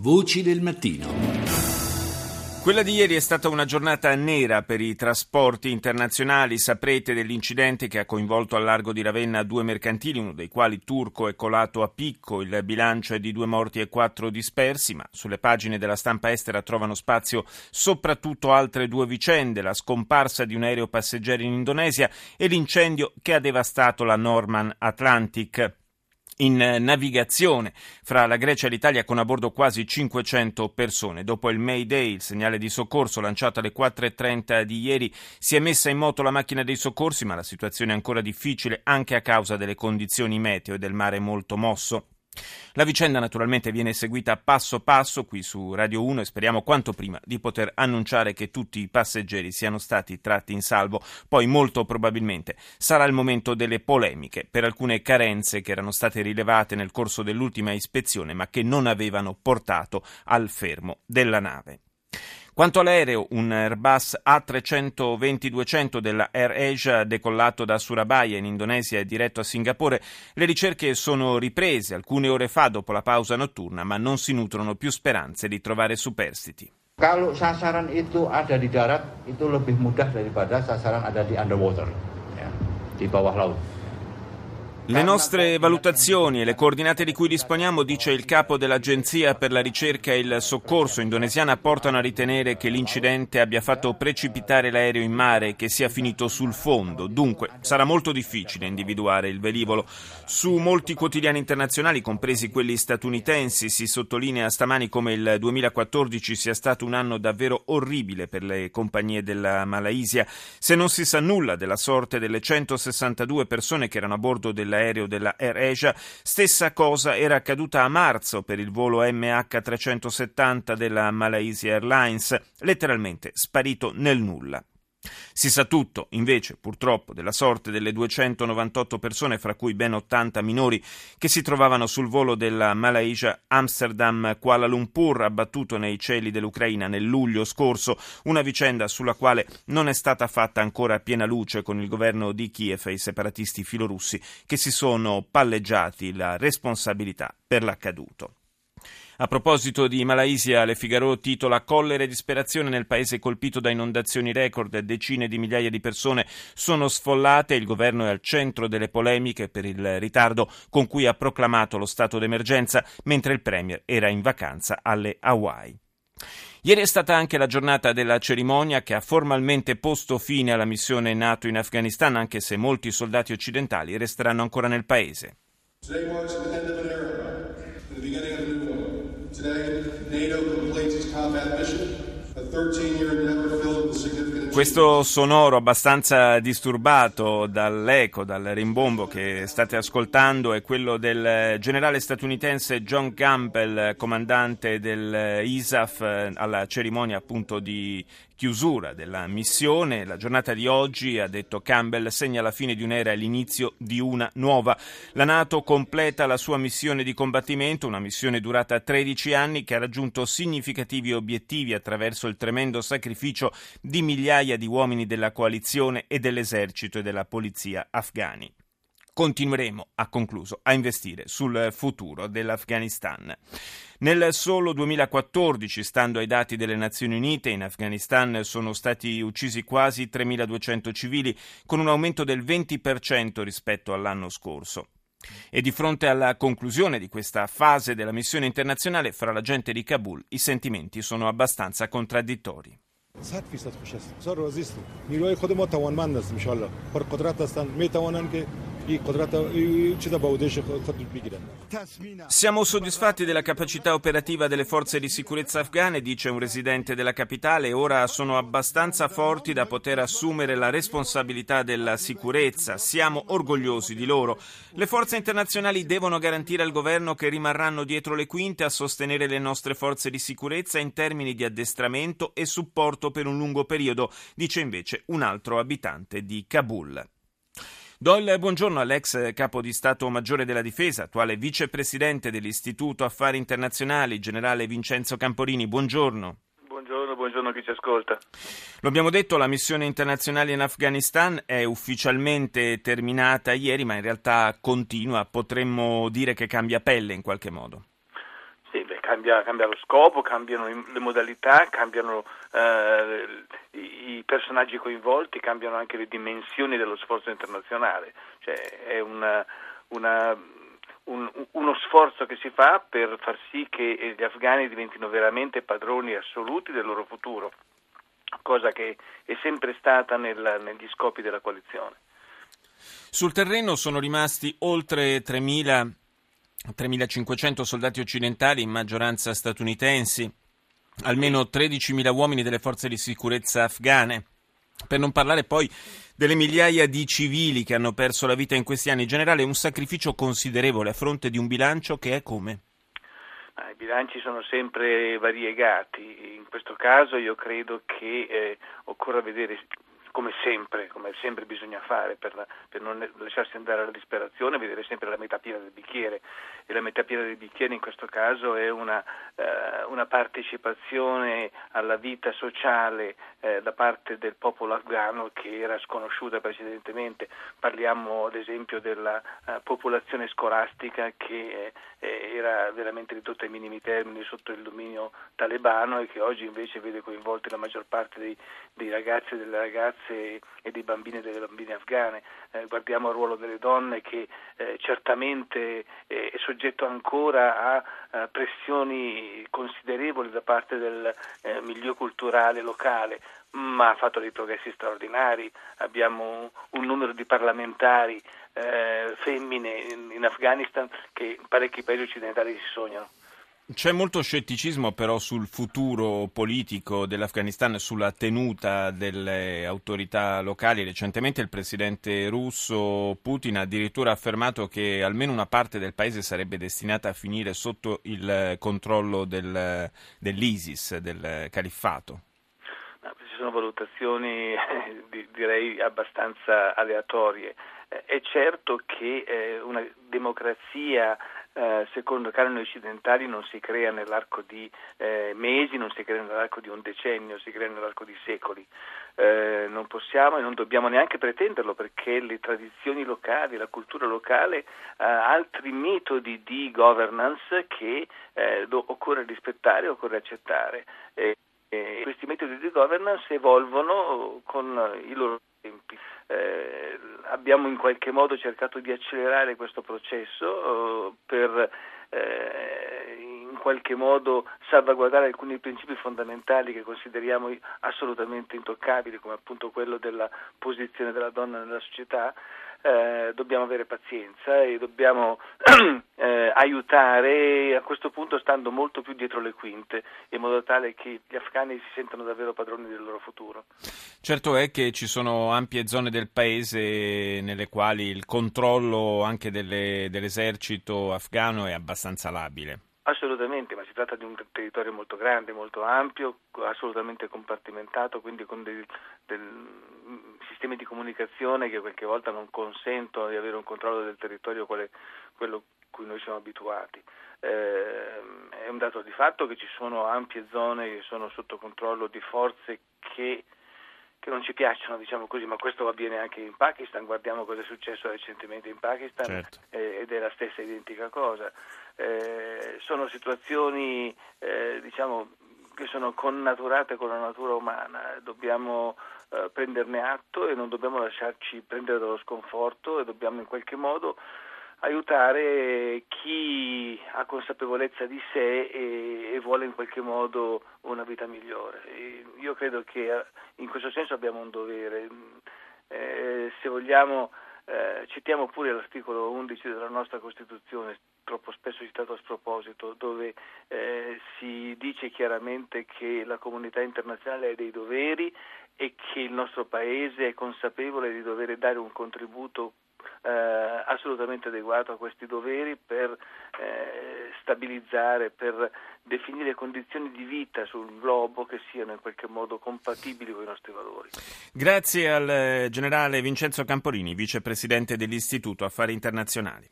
Voci del mattino. Quella di ieri è stata una giornata nera per i trasporti internazionali. Saprete dell'incidente che ha coinvolto al largo di Ravenna 2 mercantili, uno dei quali turco e colato a picco. Il bilancio è di 2 morti e 4 dispersi, ma sulle pagine della stampa estera trovano spazio soprattutto altre 2 vicende: la scomparsa di un aereo passeggeri in Indonesia e l'incendio che ha devastato la Norman Atlantic, in navigazione fra la Grecia e l'Italia, con a bordo quasi 500 persone. Dopo il Mayday, il segnale di soccorso lanciato alle 4:30 di ieri, si è messa in moto la macchina dei soccorsi, ma la situazione è ancora difficile anche a causa delle condizioni meteo e del mare molto mosso. La vicenda naturalmente viene seguita passo passo qui su Radio 1 e speriamo quanto prima di poter annunciare che tutti i passeggeri siano stati tratti in salvo. Poi molto probabilmente sarà il momento delle polemiche per alcune carenze che erano state rilevate nel corso dell'ultima ispezione ma che non avevano portato al fermo della nave. Quanto all'aereo, un Airbus A320-200 della AirAsia decollato da Surabaya in Indonesia e diretto a Singapore, le ricerche sono riprese alcune ore fa dopo la pausa notturna, ma non si nutrono più speranze di trovare superstiti. Kalau sasaran itu ada di darat, itu lebih mudah daripada sasaran ada di underwater, di bawah laut. Le nostre valutazioni e le coordinate di cui disponiamo, dice il capo dell'Agenzia per la ricerca e il soccorso indonesiana, portano a ritenere che l'incidente abbia fatto precipitare l'aereo in mare e che sia finito sul fondo. Dunque sarà molto difficile individuare il velivolo. Su molti quotidiani internazionali, compresi quelli statunitensi, si sottolinea stamani come il 2014 sia stato un anno davvero orribile per le compagnie della Malaysia. Se non si sa nulla della sorte delle 162 persone che erano a bordo dell'aereo della AirAsia, stessa cosa era accaduta a marzo per il volo MH370 della Malaysia Airlines, letteralmente sparito nel nulla. Si sa tutto, invece, purtroppo, della sorte delle 298 persone, fra cui ben 80 minori, che si trovavano sul volo della Malaysia Amsterdam-Kuala Lumpur, abbattuto nei cieli dell'Ucraina nel luglio scorso, una vicenda sulla quale non è stata fatta ancora piena luce, con il governo di Kiev e i separatisti filorussi che si sono palleggiati la responsabilità per l'accaduto. A proposito di Malaysia, Le Figaro titola: collera e disperazione nel paese colpito da inondazioni record, decine di migliaia di persone sono sfollate e il governo è al centro delle polemiche per il ritardo con cui ha proclamato lo stato d'emergenza mentre il premier era in vacanza alle Hawaii. Ieri è stata anche la giornata della cerimonia che ha formalmente posto fine alla missione NATO in Afghanistan, anche se molti soldati occidentali resteranno ancora nel paese. Today marks the end of an era, the beginning of a new one. Today, NATO completes its combat mission, a 13-year endeavor filled with significant. Questo sonoro abbastanza disturbato dall'eco, dal rimbombo che state ascoltando è quello del generale statunitense John Campbell, comandante del ISAF, alla cerimonia appunto di chiusura della missione. La giornata di oggi, ha detto Campbell, segna la fine di un'era e l'inizio di una nuova. La NATO completa la sua missione di combattimento, una missione durata 13 anni che ha raggiunto significativi obiettivi attraverso il tremendo sacrificio di migliaia di uomini della coalizione e dell'esercito e della polizia afghani. Continueremo, ha concluso, a investire sul futuro dell'Afghanistan. Nel solo 2014, stando ai dati delle Nazioni Unite, in Afghanistan sono stati uccisi quasi 3.200 civili, con un aumento del 20% rispetto all'anno scorso. E di fronte alla conclusione di questa fase della missione internazionale, fra la gente di Kabul i sentimenti sono abbastanza contraddittori. 100% خوش است. بسیار راضی هستیم. نیروهای خود ما توانمند است ان شاء الله. پر قدرت هستند. میتوانند که این قدرت چیزا به عهده خود بگیرند. Siamo soddisfatti della capacità operativa delle forze di sicurezza afghane, dice un residente della capitale, e ora sono abbastanza forti da poter assumere la responsabilità della sicurezza. Siamo orgogliosi di loro. Le forze internazionali devono garantire al governo che rimarranno dietro le quinte a sostenere le nostre forze di sicurezza in termini di addestramento e supporto per un lungo periodo, dice invece un altro abitante di Kabul. Do il buongiorno all'ex capo di Stato Maggiore della Difesa, attuale vicepresidente dell'Istituto Affari Internazionali, generale Vincenzo Camporini. Buongiorno. Buongiorno a chi ci ascolta. Lo abbiamo detto, la missione internazionale in Afghanistan è ufficialmente terminata ieri, ma in realtà continua. Potremmo dire che cambia pelle in qualche modo. Sì, cambia lo scopo, cambiano le modalità, cambiano i personaggi coinvolti, cambiano anche le dimensioni dello sforzo internazionale. Cioè è uno sforzo che si fa per far sì che gli afghani diventino veramente padroni assoluti del loro futuro, cosa che è sempre stata negli scopi della coalizione. Sul terreno sono rimasti oltre 3.500 soldati occidentali, in maggioranza statunitensi, almeno 13.000 uomini delle forze di sicurezza afghane, per non parlare poi delle migliaia di civili che hanno perso la vita in questi anni. In generale un sacrificio considerevole a fronte di un bilancio che è come? I bilanci sono sempre variegati. In questo caso io credo che occorra vedere, come sempre bisogna fare per non lasciarsi andare alla disperazione, vedere sempre la metà piena del bicchiere, e la metà piena del bicchiere in questo caso è una partecipazione alla vita sociale da parte del popolo afghano che era sconosciuta precedentemente. Parliamo ad esempio della popolazione scolastica che era veramente ridotta ai minimi termini sotto il dominio talebano e che oggi invece vede coinvolti la maggior parte dei ragazzi e delle ragazze e dei bambini e delle bambine afghane. Guardiamo il ruolo delle donne che certamente è soggetto ancora a pressioni considerevoli da parte del milieu culturale locale, ma ha fatto dei progressi straordinari. Abbiamo un numero di parlamentari femmine in Afghanistan che in parecchi paesi occidentali si sognano. C'è molto scetticismo però sul futuro politico dell'Afghanistan, sulla tenuta delle autorità locali. Recentemente il presidente russo Putin ha addirittura affermato che almeno una parte del paese sarebbe destinata a finire sotto il controllo dell'ISIS, del califfato. Ci sono valutazioni direi abbastanza aleatorie. È certo che una democrazia secondo canoni occidentali non si crea nell'arco di mesi, non si crea nell'arco di un decennio, si crea nell'arco di secoli. Non possiamo e non dobbiamo neanche pretenderlo, perché le tradizioni locali, la cultura locale ha altri metodi di governance che occorre rispettare, occorre accettare. Questi metodi di governance evolvono con i loro tempi. Abbiamo in qualche modo cercato di accelerare questo processo per in qualche modo salvaguardare alcuni principi fondamentali che consideriamo assolutamente intoccabili, come appunto quello della posizione della donna nella società. Dobbiamo avere pazienza e dobbiamo aiutare, a questo punto stando molto più dietro le quinte, in modo tale che gli afghani si sentano davvero padroni del loro futuro. Certo è che ci sono ampie zone del paese nelle quali il controllo anche dell'esercito afghano è abbastanza labile. Assolutamente, ma si tratta di un territorio molto grande, molto ampio, assolutamente compartimentato, quindi con dei sistemi di comunicazione che qualche volta non consentono di avere un controllo del territorio quello a cui noi siamo abituati. È un dato di fatto che ci sono ampie zone che sono sotto controllo di forze che non ci piacciono, diciamo così, ma questo avviene anche in Pakistan. Guardiamo cosa è successo recentemente in Pakistan. Certo. Ed è la stessa identica cosa. Sono situazioni diciamo che sono connaturate con la natura umana, dobbiamo prenderne atto e non dobbiamo lasciarci prendere dallo sconforto e dobbiamo in qualche modo aiutare chi ha consapevolezza di sé e vuole in qualche modo una vita migliore. Io credo che in questo senso abbiamo un dovere. Se vogliamo citiamo pure l'articolo 11 della nostra Costituzione, troppo spesso citato a sproposito, dove si dice chiaramente che la comunità internazionale ha dei doveri e che il nostro Paese è consapevole di dover dare un contributo assolutamente adeguato a questi doveri per stabilizzare, per definire condizioni di vita sul globo che siano in qualche modo compatibili con i nostri valori. Grazie al generale Vincenzo Camporini, vicepresidente dell'Istituto Affari Internazionali.